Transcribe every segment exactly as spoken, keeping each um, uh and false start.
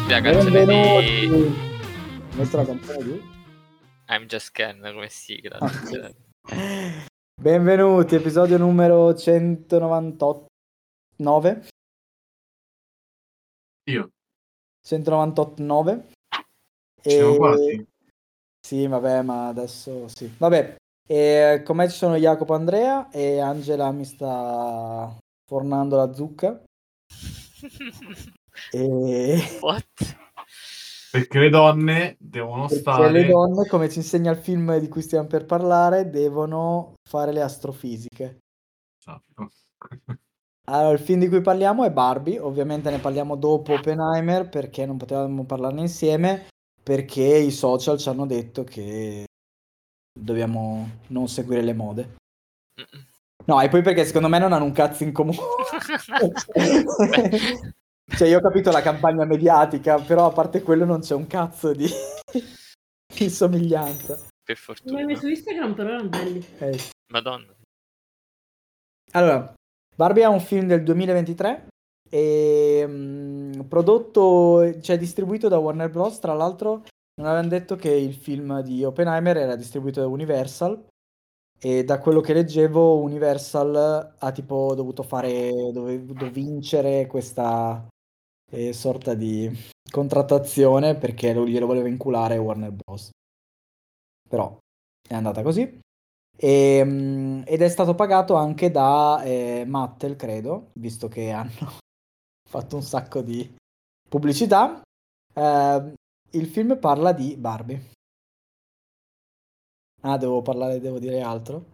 La canzone di Benvenuti. Messo la canzone di I'm Just Ken come sigla. Ok. Benvenuti, episodio numero centonovantotto. nove? Io. centonovantotto nove. Siamo E... quasi. Sì, vabbè, ma adesso sì. Vabbè, e con me ci sono Jacopo, Andrea e Angela mi sta fornando la zucca. E... What? Perché le donne devono Perché stare... le donne, come ci insegna il film di cui stiamo per parlare, devono fare le astrofisiche. Esatto. Allora, il film di cui parliamo è Barbie, ovviamente ne parliamo dopo Oppenheimer perché non potevamo parlarne insieme, perché i social ci hanno detto che dobbiamo non seguire le mode. No, e poi perché secondo me non hanno un cazzo in comune. Cioè, io ho capito la campagna mediatica, però a parte quello non c'è un cazzo di, di somiglianza. Per Non fortuna. l'hai messo su Instagram, però erano belli. Eh, Madonna. Allora, Barbie è un film del duemilaventitré e mh, prodotto, cioè distribuito da Warner Bros. Tra l'altro non avevano detto che il film di Oppenheimer era distribuito da Universal e da quello che leggevo Universal ha tipo dovuto fare, dovuto vincere questa eh, sorta di contrattazione perché lo- glielo voleva inculare Warner Bros. Però è andata così. E, mm, ed è stato pagato anche da eh, Mattel, credo, visto che hanno fatto un sacco di pubblicità. Eh, il film parla di Barbie. Ah, devo parlare, devo dire altro.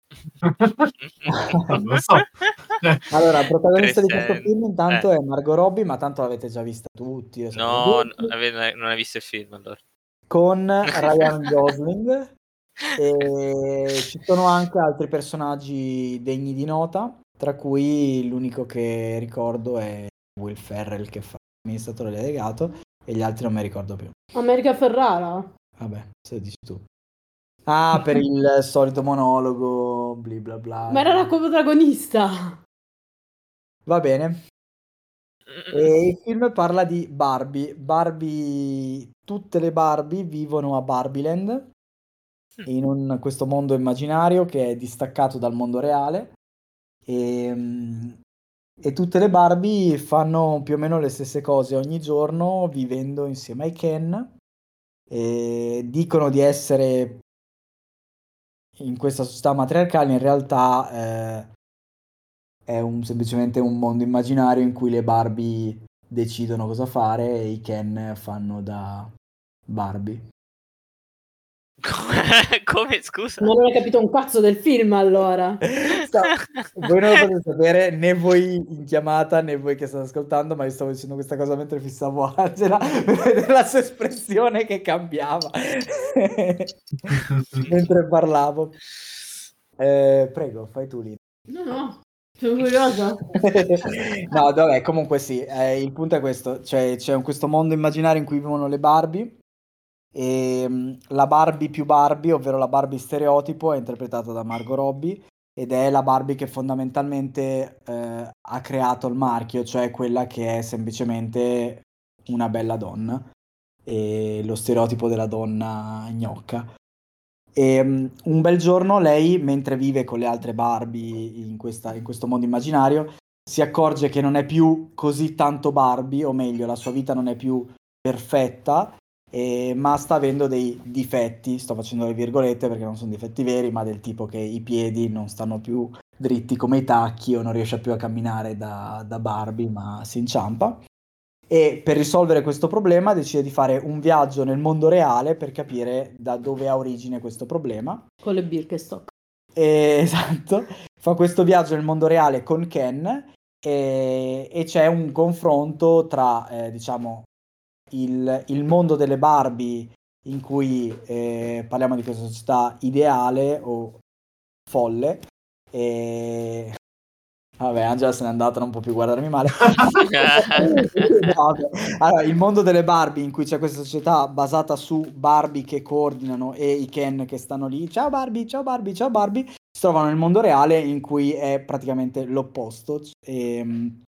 Non lo so. Eh, Allora, il protagonista di questo Presente. film intanto Eh. è Margot Robbie, ma tanto l'avete già vista tutti. lo sapete No, tutti. no, ave- non hai visto il film allora. Con Ryan Gosling. E ci sono anche altri personaggi degni di nota, tra cui l'unico che ricordo è Will Ferrell che fa l'amministratore delegato e gli altri non mi ricordo più. America Ferrara? Vabbè, se lo dici tu. Ah, per il solito monologo, bli bla bla. Ma era la protagonista. Va bene. E il film parla di Barbie. Barbie, tutte le Barbie vivono a Barbieland, in un- questo mondo immaginario che è distaccato dal mondo reale e, mm, e tutte le Barbie fanno più o meno le stesse cose ogni giorno vivendo insieme ai Ken e dicono di essere in questa società matriarcale, in realtà eh, è un- semplicemente un mondo immaginario in cui le Barbie decidono cosa fare e i Ken fanno da Barbie. Come, come, scusa? Non ho capito un cazzo del film allora. Sta- Voi non lo potete sapere né voi in chiamata né voi che state ascoltando, ma io stavo dicendo questa cosa mentre fissavo Angela per vedere la sua espressione che cambiava mentre parlavo. Eh, prego, fai tu lì. No, no, sono curiosa. No, vabbè, comunque sì, eh, il punto è questo, cioè c'è un- questo mondo immaginario in cui vivono le Barbie e mh, la Barbie più Barbie, ovvero la Barbie stereotipo, è interpretata da Margot Robbie ed è la Barbie che fondamentalmente eh, ha creato il marchio, cioè quella che è semplicemente una bella donna e lo stereotipo della donna gnocca. E um, un bel giorno lei, mentre vive con le altre Barbie in questa- in questo mondo immaginario, si accorge che non è più così tanto Barbie, o meglio, la sua vita non è più perfetta, eh, ma sta avendo dei difetti, sto facendo le virgolette perché non sono difetti veri, ma del tipo che i piedi non stanno più dritti come i tacchi o non riesce più a camminare da, da Barbie, ma si inciampa. E per risolvere questo problema decide di fare un viaggio nel mondo reale per capire da dove ha origine questo problema. Con le Birkenstock. E- esatto, fa questo viaggio nel mondo reale con Ken e, e c'è un confronto tra, eh, diciamo, il, il mondo delle Barbie in cui eh, parliamo di questa società ideale o folle e... Vabbè, Angela se n'è andata, non può più guardarmi male. No, vabbè. Allora, il mondo delle Barbie in cui c'è questa società basata su Barbie che coordinano e i Ken che stanno lì, ciao Barbie, ciao Barbie, ciao Barbie, si trovano nel mondo reale in cui è praticamente l'opposto. E,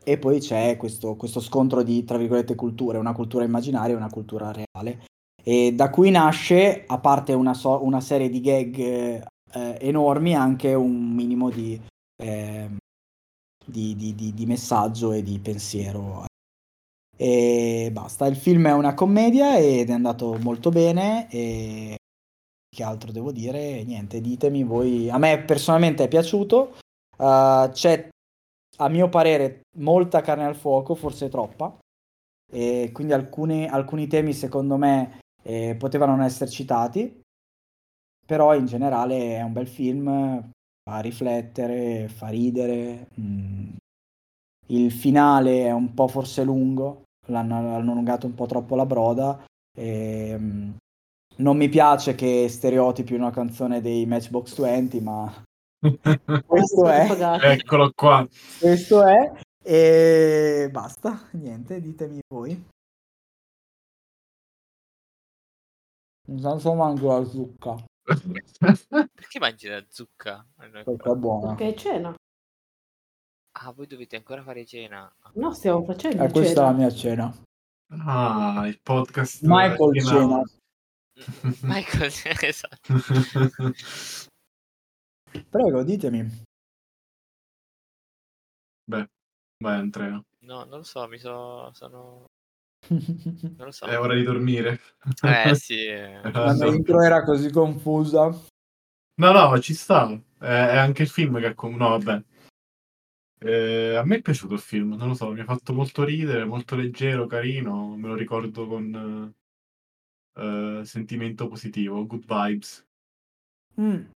e poi c'è questo, questo scontro di, tra virgolette, culture, una cultura immaginaria e una cultura reale. E da cui nasce, a parte una, so- una serie di gag eh, enormi, anche un minimo di, eh, di, di- di- di messaggio e di pensiero. E basta, il film è una commedia ed è andato molto bene. E che altro devo dire? Niente, ditemi voi. A me personalmente è piaciuto. Uh, c'è, a mio parere, molta carne al fuoco, forse troppa. E quindi alcuni, alcuni temi, secondo me, eh, potevano non essere citati. Però in generale è un bel film, fa riflettere, fa ridere. Mm. Il finale è un po' forse lungo, l'hanno, hanno allungato un po' troppo la broda. E, mm, non mi piace che stereotipi una canzone dei Matchbox venti, ma questo State è, pagati. Eccolo qua. questo è, e basta, niente, ditemi voi. Intanto mangio la zucca, Perché mangi la zucca? perché è buona. Perché è cena. Ah, voi dovete ancora fare cena. No, stiamo facendo Eh, questa è la cena. mia cena. Ah, il podcast Michael cena. cena. Michael, esatto. Prego, ditemi. Beh, vai Andrea. No, non lo so, mi so, sono... Non lo so. È ora di dormire. Eh sì. eh. La mia intro era così confusa. No, no, ci sta. È, è anche il film che... com- No, vabbè. Eh, a me è piaciuto il film, non lo so, mi ha fatto molto ridere, molto leggero, carino, me lo ricordo con eh, sentimento positivo, good vibes. Mm.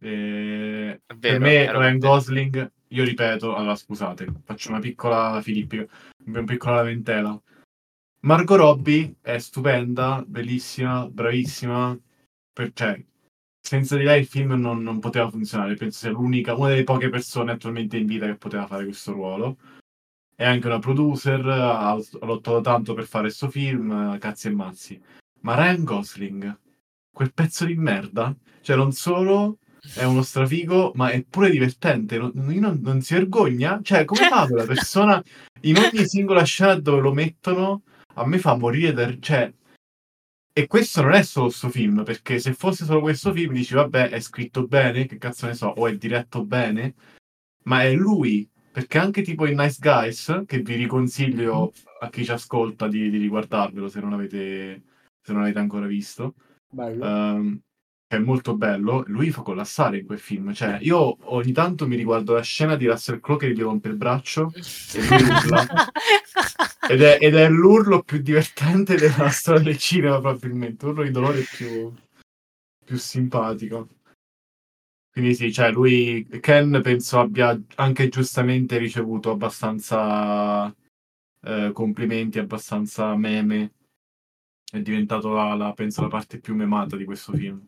E È per vero, me ero Ryan contento. Gosling, io ripeto, allora scusate, faccio una piccola filippica, una piccola lamentela. Margot Robbie è stupenda, bellissima, bravissima, per, cioè, senza di lei il film non, non poteva funzionare, penso sia l'unica, una delle poche persone attualmente in vita che poteva fare questo ruolo. È anche una producer, ha ha lottato tanto per fare questo film, cazzi e mazzi. Ma Ryan Gosling, quel pezzo di merda, cioè non solo è uno strafigo, ma è pure divertente, non, non, non si vergogna? Cioè, come fa quella persona in ogni singola scena dove lo mettono, a me fa morire da... Cioè, e questo non è solo sto film, perché se fosse solo questo film dici, vabbè, è scritto bene, che cazzo ne so, o è diretto bene, ma è lui, perché anche tipo in Nice Guys, che vi riconsiglio a chi ci ascolta di, di riguardarvelo se non avete, se non avete ancora visto, Bello. ehm, che è molto bello, lui fa collassare in quel film. Cioè, io ogni tanto mi riguardo la scena di Russell Crowe che gli rompe il braccio e lui urla. Ed è, ed è l'urlo più divertente della storia del cinema, probabilmente. L'urlo di dolore più, più simpatico. Quindi sì, cioè lui, Ken penso abbia anche giustamente ricevuto abbastanza eh, complimenti, abbastanza meme. È diventato la, la- penso la parte più memata di questo film.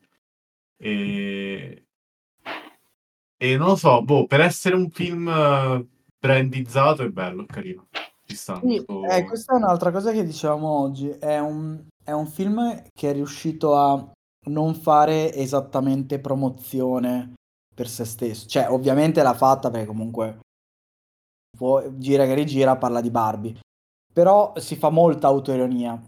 E, e non lo so, boh, per essere un film eh, brandizzato è bello, è carino. Ci sta. Sì, sto- eh, questa è un'altra cosa che dicevamo oggi. È un, è un film che è riuscito a non fare esattamente promozione per se stesso. Cioè, ovviamente l'ha fatta perché comunque può, gira che rigira, parla di Barbie. Però si fa molta autoironia.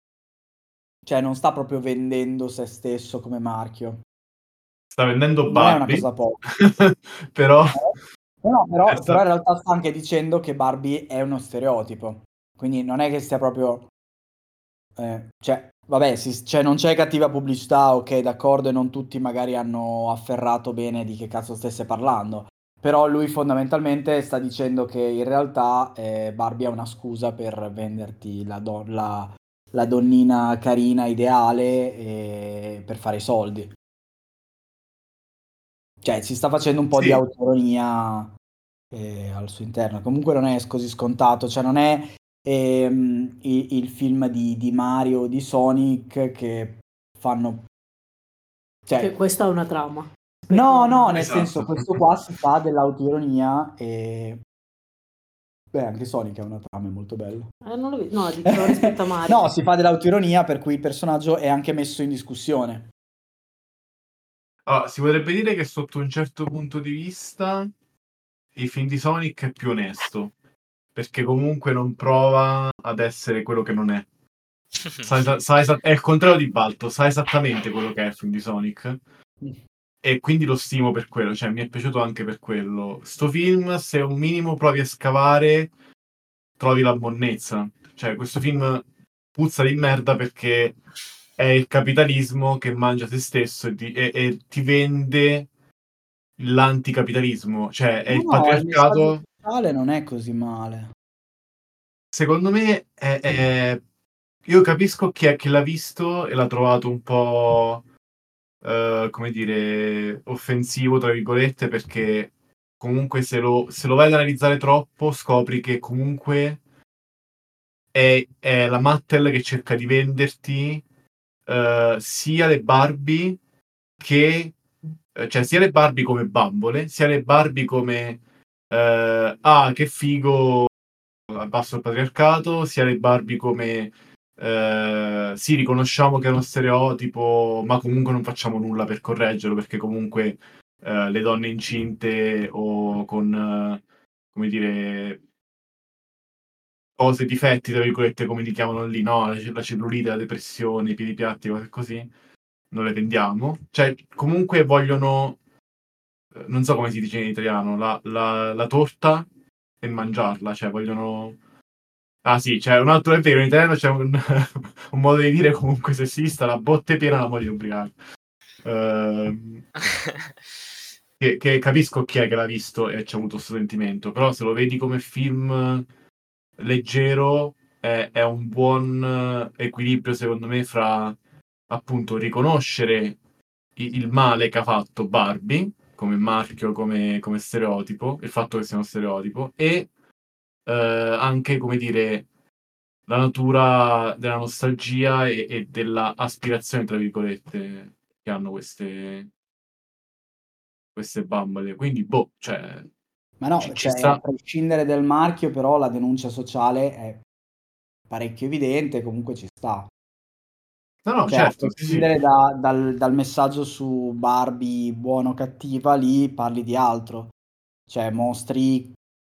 Cioè, non sta proprio vendendo se stesso come marchio. Sta vendendo Non è una Barbie, cosa poca. però... No, però, è sta- però in realtà sta anche dicendo che Barbie è uno stereotipo. Quindi non è che stia proprio... Eh, cioè, vabbè, si- cioè, non c'è cattiva pubblicità, ok, d'accordo, e non tutti magari hanno afferrato bene di che cazzo stesse parlando. Però lui fondamentalmente sta dicendo che in realtà eh, Barbie è una scusa per venderti la, do- la- la donnina carina, ideale, e per fare i soldi. Cioè, si sta facendo un po' di Sì. autoironia eh, al suo interno. Comunque non è così scontato, cioè non è ehm, il, il film di, di Mario o di Sonic che fanno... Cioè, Che questa è una trama. no, no, nel Esatto. senso, questo qua si fa dell'autoironia e... Beh, anche Sonic è una trama, è molto bello. Eh, non lo vedo. No, dicevo rispetto a Mario. No, si fa dell'autoironia per cui il personaggio è anche messo in discussione. Allora, si potrebbe dire che sotto un certo punto di vista il film di Sonic è più onesto, perché comunque non prova ad essere quello che non è. Sa, esa- sa esa- è il contrario di Balto, sa esattamente quello che è il film di Sonic. E quindi lo stimo per quello, cioè mi è piaciuto anche per quello. Sto film, se un minimo provi a scavare, trovi la monnezza. Cioè, questo film puzza di merda perché è il capitalismo che mangia se stesso e, di- e- e ti vende l'anticapitalismo. Cioè, è No, il no, il messaggio patriarcato. sociale non è così male. Secondo me è, è- io capisco chi è che l'ha visto e l'ha trovato un po', eh, come dire, offensivo, tra virgolette, perché comunque se lo, se lo vai ad analizzare troppo scopri che comunque è, è la Mattel che cerca di venderti eh, sia le Barbie che, eh, cioè sia le Barbie come bambole, sia le Barbie come eh, ah, che figo, abbasso il patriarcato, sia le Barbie come eh, sì, riconosciamo che è uno stereotipo, ma comunque non facciamo nulla per correggerlo, perché comunque eh, le donne incinte o con, eh, come dire, cose, difetti, tra virgolette, come li chiamano lì, no? La, la cellulite, la depressione, i piedi piatti, cose così, non le vendiamo. Cioè, comunque vogliono, eh, non so come si dice in italiano, la, la, la torta e mangiarla, cioè vogliono... Ah sì, c'è un altro, è vero, in italiano c'è un, un modo di dire comunque sessista, la botte piena, la moglie ubriaca. Ehm, che, che capisco chi è che l'ha visto e ci ha avuto questo sentimento, però se lo vedi come film leggero è, è un buon eh, equilibrio secondo me fra appunto riconoscere i- il male che ha fatto Barbie come marchio, come, come stereotipo, il fatto che sia uno stereotipo e eh, anche come dire la natura della nostalgia e, e della aspirazione, tra virgolette, che hanno queste, queste bambole. Quindi, boh, cioè, Ma no, ci, ci cioè, a sta. prescindere dal marchio, però la denuncia sociale è parecchio evidente, comunque ci sta. No, no, Cioè, a certo, sì, sì. prescindere da- dal, dal messaggio su Barbie buono o cattiva, lì parli di altro. Cioè, mostri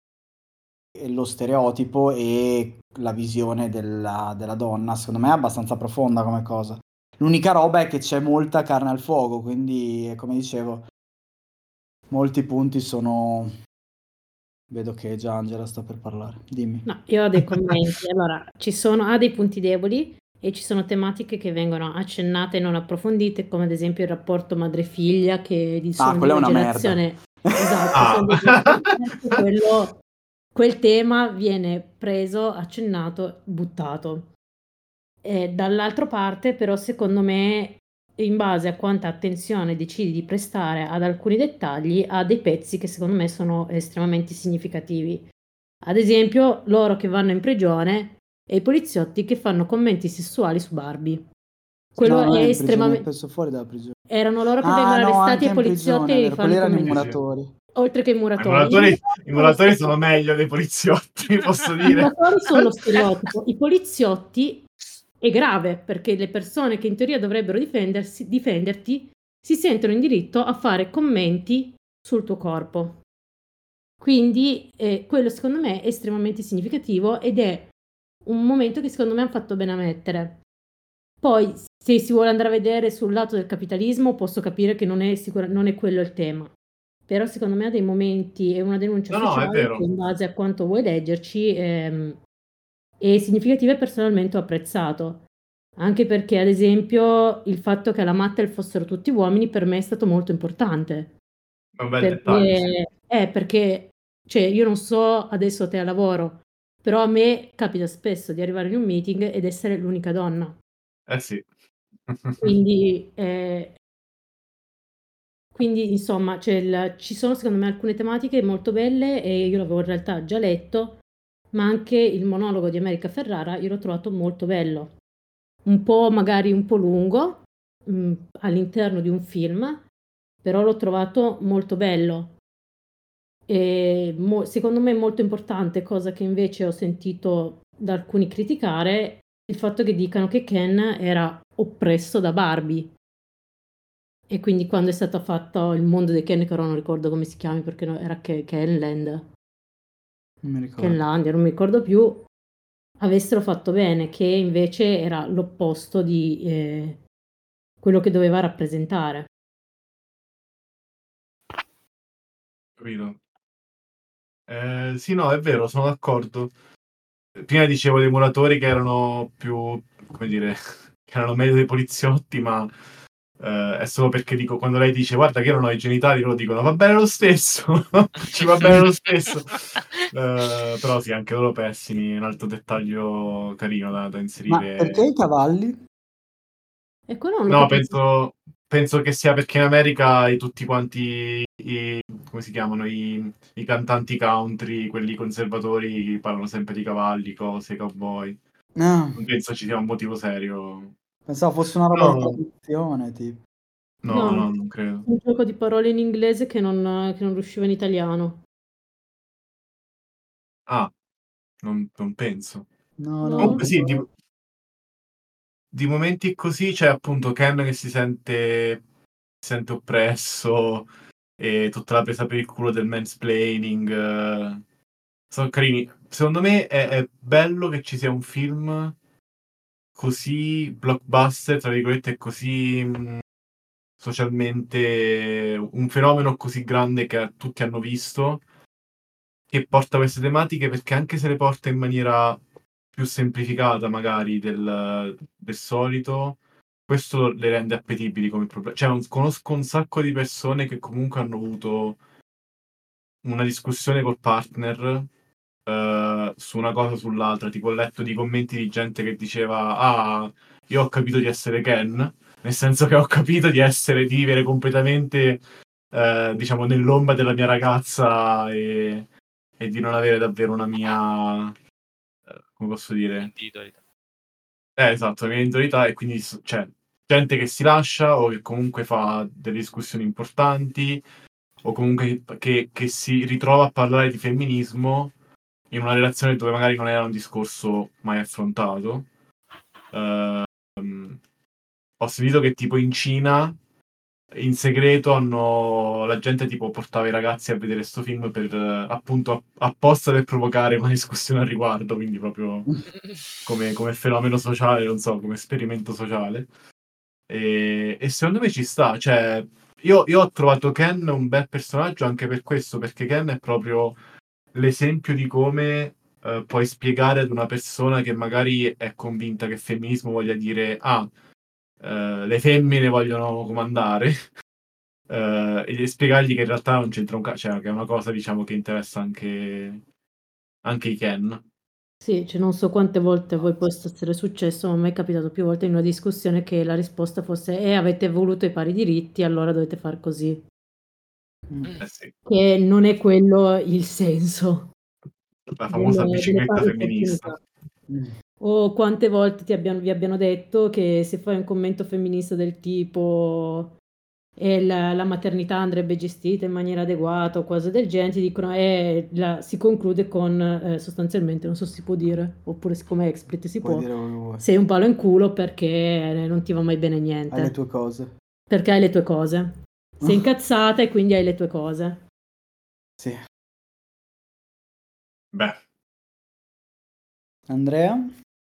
lo stereotipo e la visione della, della donna. Secondo me è abbastanza profonda come cosa. L'unica roba è che c'è molta carne al fuoco, quindi, come dicevo, molti punti sono... Vedo che già Angela sta per parlare. Dimmi. No, io ho dei commenti. Allora, ci sono, ha dei punti deboli e ci sono tematiche che vengono accennate e non approfondite, come ad esempio il rapporto madre-figlia, che di- Ah, sono di quella è una una merda. generazione... Esatto, Ah. sono di una generazione, quello, quel tema viene preso, accennato, buttato. E dall'altra parte, però, secondo me, in base a quanta attenzione decidi di prestare ad alcuni dettagli, ha dei pezzi che secondo me sono estremamente significativi. Ad esempio, loro che vanno in prigione e i poliziotti che fanno commenti sessuali su Barbie. Quello No, non è è in prigione, estremamente... penso fuori dalla prigione. Erano loro che Ah, vengono no, arrestati anche e i in poliziotti prigione, è e vero. fanno Quelli i erano i commenti. muratori. Oltre che i I muratori. muratori, i sono lo muratori sono stereotipo. meglio dei poliziotti, posso I dire. muratori sono lo stereotipo. I poliziotti è grave perché le persone che in teoria dovrebbero difendersi, difenderti si sentono in diritto a fare commenti sul tuo corpo. Quindi eh, quello secondo me è estremamente significativo ed è un momento che secondo me hanno fatto bene a mettere. Poi, se si vuole andare a vedere sul lato del capitalismo, posso capire che non è, sicura- non è quello il tema. Però secondo me ha dei momenti e una denuncia No, no, è sociale vero. che in base a quanto vuoi leggerci ehm, è significativa e personalmente ho apprezzato. Anche perché, ad esempio, il fatto che alla Mattel fossero tutti uomini per me è stato molto importante. È un bel dettaglio, sì. Perché, eh, perché cioè, io non so adesso te a lavoro, però a me capita spesso di arrivare in un meeting ed essere l'unica donna. Eh sì. Quindi, eh, quindi insomma, cioè, il- ci sono secondo me alcune tematiche molto belle e io l'avevo in realtà già letto, ma anche il monologo di America Ferrara io l'ho trovato molto bello. Un po' magari un po' lungo mh, all'interno di un film, però l'ho trovato molto bello. E mo- secondo me è molto importante, cosa che invece ho sentito da alcuni criticare, il fatto che dicano che Ken era oppresso da Barbie. E quindi quando è stato fatto il mondo dei Ken, che ora non ricordo come si chiami perché no- era Ke- Kenland, Non mi ricordo. Finlandia, non mi ricordo più, avessero fatto bene, che invece era l'opposto di eh, quello che doveva rappresentare. Capito? Eh, sì, no, è vero, sono d'accordo. Prima dicevo dei muratori che erano più, come dire, che erano meglio dei poliziotti, ma eh, è solo perché dico, quando lei dice guarda che io non ho i genitali, loro dicono va bene lo stesso, ci va bene lo stesso. Eh, però sì, anche loro pessimi, un altro dettaglio carino da, da Ma inserire. perché i cavalli? E quello non l'ho No, capito. penso, penso che sia perché in America i, tutti quanti i, come si chiamano, i, i cantanti country, quelli conservatori, parlano sempre di cavalli, cose, cowboy. No, Non penso ci sia un motivo serio. pensavo fosse una roba di No, tradizione, tipo. no, No, no, non credo. un gioco di parole in inglese che non, che non riusciva in italiano. Ah, non, non penso. No, no. Comunque sì, di, di momenti così c'è appunto Ken che si sente, si sente oppresso e tutta la presa per il culo del mansplaining. eh, Sono carini. Secondo me è, è bello che ci sia un film così blockbuster, tra virgolette, così mh, socialmente un fenomeno così grande che tutti hanno visto, che porta queste tematiche, perché anche se le porta in maniera più semplificata magari del, del solito, questo le rende appetibili come problema. Cioè, un- conosco un sacco di persone che comunque hanno avuto una discussione col partner eh, su una cosa o sull'altra. Tipo, ho letto di commenti di gente che diceva: Ah, io ho capito di essere Ken, nel senso che ho capito di essere, di vivere completamente, eh, diciamo, nell'ombra della mia ragazza e, e di non avere davvero una mia, eh, come posso dire, Individualità. eh, esatto, la mia individualità. E quindi s- c'è gente che si lascia o che comunque fa delle discussioni importanti o comunque che, che si ritrova a parlare di femminismo in una relazione dove magari non era un discorso mai affrontato. Ehm, Ho sentito che tipo in Cina in segreto hanno la gente tipo portava i ragazzi a vedere sto film per eh, appunto app- apposta per provocare una discussione al riguardo, quindi proprio come, come fenomeno sociale, non so, come esperimento sociale. E, e secondo me ci sta, cioè io, io ho trovato Ken un bel personaggio anche per questo, perché Ken è proprio l'esempio di come eh, puoi spiegare ad una persona che magari è convinta che il femminismo voglia dire ah, eh, le femmine vogliono comandare eh, e spiegargli che in realtà non c'entra un cazzo, cioè che è una cosa diciamo che interessa anche, anche i Ken. Sì, cioè non so quante volte a voi può essere successo, ma a me è capitato più volte in una discussione che la risposta fosse eh, avete voluto i pari diritti, allora dovete far così. Eh sì, Che non è quello il senso la famosa delle, delle bicicletta pari femminista. opportunità. O quante volte ti abbiano, vi abbiano detto che se fai un commento femminista del tipo e la, la maternità andrebbe gestita in maniera adeguata o cose del genere, ti dicono e la, si conclude con eh, sostanzialmente, non so se si può dire, oppure siccome è explicit si Puoi può, dire quello che vuoi. sei un palo in culo perché eh, non ti va mai bene Hai le niente, tue cose. perché hai le tue cose. Sei incazzata e quindi hai le tue cose. Sì. Beh, Andrea,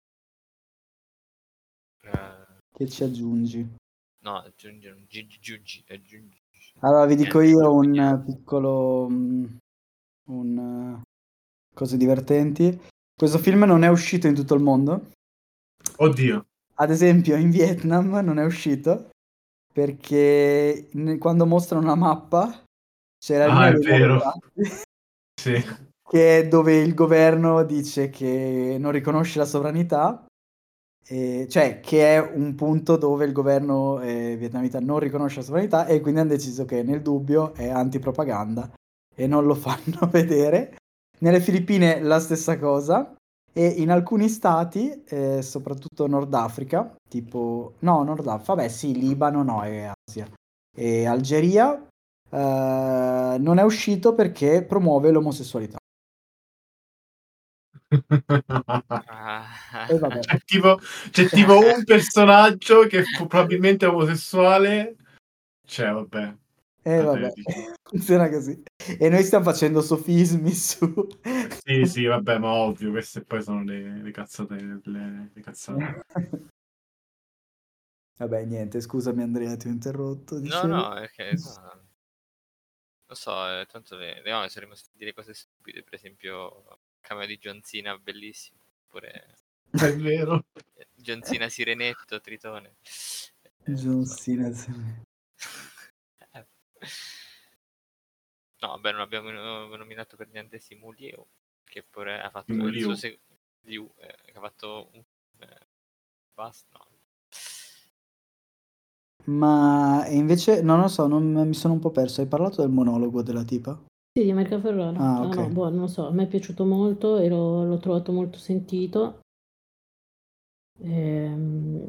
Eh, che ci aggiungi? no, aggiungi, aggiungi, aggiungi, aggiungi. Allora vi dico Niente, io un niente. piccolo mm, un eh, cose divertenti. Questo film non è uscito in tutto il mondo. oddio. Ad esempio in Vietnam non è uscito perché ne- quando mostrano una mappa c'è la Ah, linea è dei nuovi vero. tratti, Sì. che è dove il governo dice che non riconosce la sovranità, e- cioè che è un punto dove il governo eh, vietnamita non riconosce la sovranità e quindi hanno deciso che nel dubbio è antipropaganda e non lo fanno vedere. Nelle Filippine la stessa cosa e in alcuni stati, eh, soprattutto Nord Africa, tipo no, Nord Africa, vabbè sì, Libano no, è Asia. E Algeria eh, non è uscito perché promuove l'omosessualità. Ah, E vabbè. C'è tipo, c'è tipo un personaggio che fu probabilmente omosessuale. Cioè, vabbè. E vabbè, Patetici. funziona così. E noi stiamo facendo sofismi su, Sì, sì, vabbè, ma ovvio, queste poi sono le, le cazzate, le, le cazzate. Vabbè, niente, scusami Andrea, ti ho interrotto, No, dicevi? no, perché no, lo so, eh, tanto le, le- no, saremmo stati dire cose stupide, per esempio il cameo di John Cena, bellissimo, oppure È vero. eh, John Cena Sirenetto, Tritone. Eh, John non so. Cena, sì. Eh. No, vabbè, non abbiamo no- nominato per niente Simu Liu, che pure ha fatto Simu il suo Liu. sec- Liu, eh, che ha fatto un eh, basta, no. Ma e invece, non lo so, non, mi sono un po' perso. Hai parlato del monologo della tipa? Sì, di America Ferrara. Ah, Ah, ok. no, boh, non lo so, a me è piaciuto molto e l'ho, l'ho trovato molto sentito. Ehm,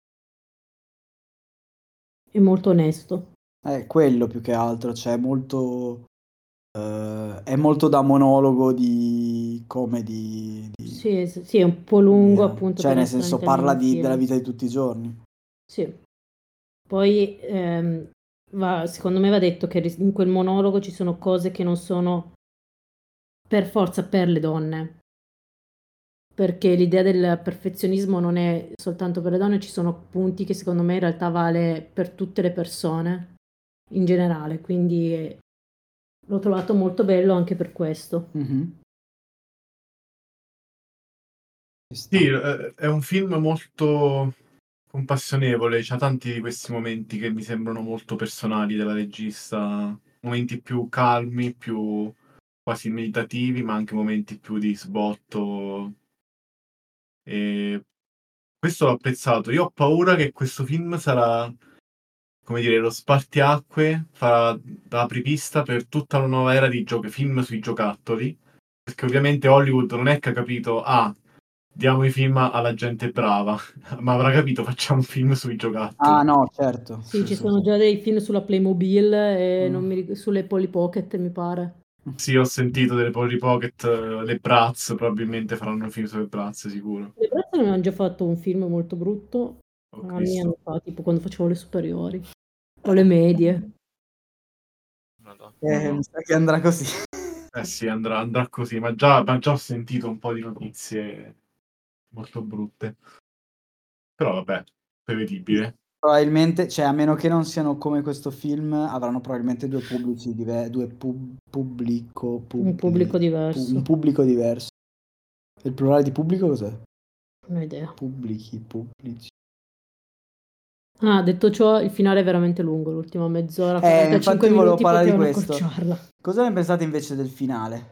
e molto onesto. È quello più che altro, cioè molto... eh, è molto da monologo di comedy. Di, Sì, s- sì, è un po' lungo di- appunto cioè, per nel essere senso, all'interno di parla un di- della film. vita di tutti i giorni. Sì. Poi ehm, va- secondo me va detto che ris- in quel monologo ci sono cose che non sono per forza per le donne, perché l'idea del perfezionismo non è soltanto per le donne, ci sono punti che secondo me in realtà vale per tutte le persone in generale, quindi eh, l'ho trovato molto bello anche per questo. Mhm. Ci sta. Sì, eh, è un film molto compassionevole, c'ha tanti di questi momenti che mi sembrano molto personali della regista, momenti più calmi, più quasi meditativi, ma anche momenti più di sbotto. E questo l'ho apprezzato. Io ho paura che questo film sarà, come dire, lo spartiacque, farà da apripista per tutta la nuova era di giochi, film sui giocattoli, perché ovviamente Hollywood non è che ha capito, ah, diamo i film alla gente brava, ma avrà capito, facciamo un film sui giocattoli. Ah, no, certo. Sì, Sì, ci sì, sono sì. già dei film sulla Playmobil e Mm. non mi rig- sulle Polly Pocket, mi pare. Sì, ho sentito delle Polly Pocket, eh, le Bratz, probabilmente faranno un film sulle Bratz, sicuro. Le Bratz avevano già fatto un film molto brutto Ho anni e anni visto. fa, tipo quando facevo le superiori o le medie. Madonna. Eh, mi sa che andrà così. Eh sì, andrà, andrà così, ma già, ma già ho sentito un po' di notizie molto brutte. Però vabbè, prevedibile. Probabilmente, cioè a meno che non siano come questo film, avranno probabilmente due pubblici diversi, due pub- pubblico, Un publi- pubblico pu- diverso. un pubblico diverso. Il plurale di pubblico cos'è? Non ho idea. Pubblici, pubblici. Ah, detto ciò, il finale è veramente lungo, l'ultima mezz'ora, Eh, quarantacinque infatti volevo minuti parlare di potevano questo. accorciarla. Cosa ne pensate invece del finale?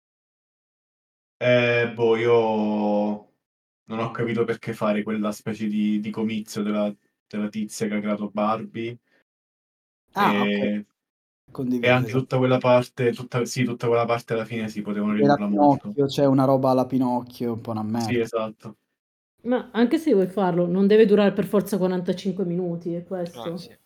Eh, boh, io non ho capito perché fare quella specie di, di comizio della, della tizia che ha creato Barbie. Ah, ok, E, e condivido. anche Esatto. tutta quella parte, tutta, sì, tutta quella parte alla fine si potevano Era ridurla molto. Pinocchio, c'è una roba alla Pinocchio, un po' una Sì, merda. esatto. Ma anche se vuoi farlo, non deve durare per forza quarantacinque minuti, è questo. Ah, sì.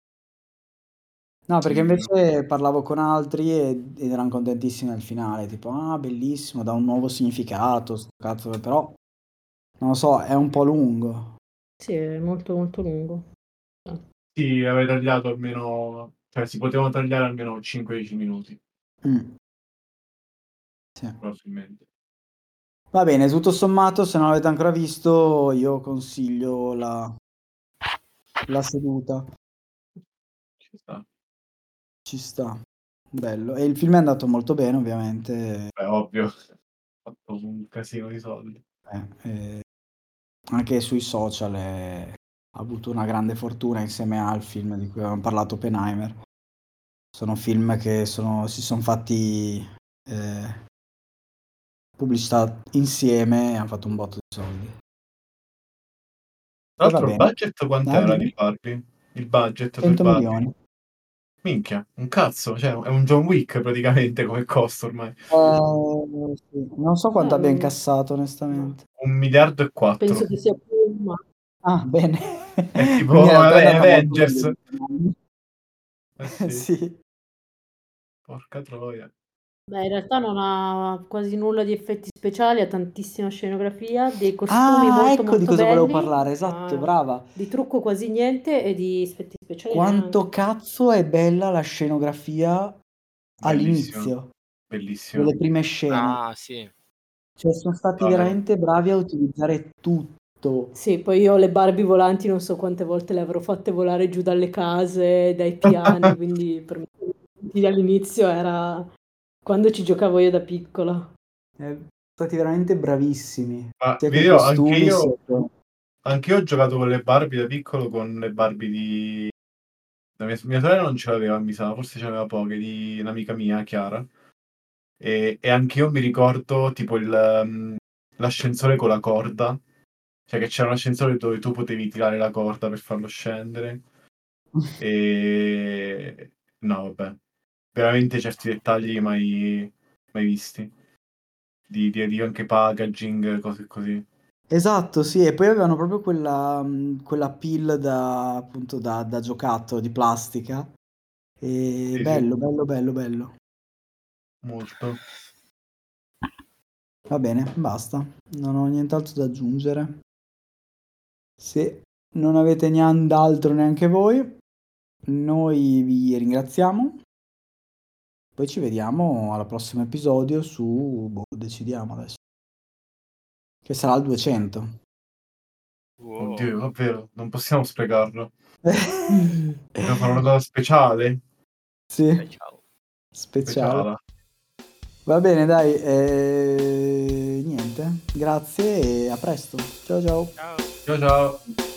No, perché Sì, invece parlavo con altri e- ed erano contentissimi del finale, tipo, ah, bellissimo, dà un nuovo significato, sto cazzo, però, non lo so, è un po' lungo. Sì, è molto molto lungo. sì, avrei tagliato almeno, cioè si potevano tagliare almeno cinque dieci minuti, Mm. Sì. probabilmente. Va bene, tutto sommato, se non l'avete ancora visto, io consiglio la, la seduta, Ci sta. ci sta, bello. E il film è andato molto bene, ovviamente, Beh, ovvio. Ho fatto un casino di soldi. eh, eh, anche sui social è- ha avuto una grande fortuna insieme al film di cui avevamo parlato, Oppenheimer. Sono film che sono, si sono fatti eh, pubblicità insieme e hanno fatto un botto di soldi. Tra E va l'altro il bene, budget ah, quant'era dimmi, di Barbie? Il budget per cento Barbie? milioni. Minchia, un cazzo, cioè è un John Wick praticamente come costo ormai. Eh, sì. Non so quanto No, abbia non- incassato, no, onestamente. Un miliardo e penso quattro. che sia più, ma Ah, bene. È tipo Quindi in realtà è vabbè, andata molto Avengers. meglio. Eh sì, Sì. porca troia. beh, in realtà non ha quasi nulla di effetti speciali, ha tantissima scenografia, dei costumi Ah, molto ecco di molto cosa volevo belli, parlare, esatto, ma brava. di trucco quasi niente e di effetti speciali Quanto neanche. cazzo è bella la scenografia Bellissimo. all'inizio. bellissimo. delle prime scene. Ah, sì. Cioè, sono stati Vabbè. veramente bravi a utilizzare tutto. Sì, poi io le Barbie volanti non so quante volte le avrò fatte volare giù dalle case, dai piani, quindi per me all'inizio era quando ci giocavo io da piccola. Eh, sono stati veramente bravissimi. Ma Sia vi con i dirò, anche costumi, sia io, con- anche io ho giocato con le Barbie da piccolo, con le Barbie di... la mia, mia sorella non ce l'aveva, mi sa, forse ce l'aveva poche, di un'amica mia, Chiara. E, e anche io mi ricordo tipo il, um, l'ascensore con la corda, cioè che c'era un ascensore dove tu potevi tirare la corda per farlo scendere. E no, vabbè, veramente certi dettagli mai, mai visti. Di, di, di anche packaging, cose così. Esatto, sì, e poi avevano proprio quella, mh, quella pill da, appunto, da, da giocattolo di plastica. E Sì, bello, sì, bello, bello, bello. molto. Va bene, basta. Non ho nient'altro da aggiungere. Se non avete nient'altro neanche voi, noi vi ringraziamo. Poi ci vediamo al prossimo episodio su, boh, decidiamo adesso. Che sarà il duecento. Wow. Oddio, davvero, non possiamo sprecarlo. Sì, Dobbiamo fare una cosa speciale. Dai, ciao. speciale. Speciale. Va bene, dai, eh, niente, grazie e a presto. Ciao ciao. Ciao. Ciao ciao.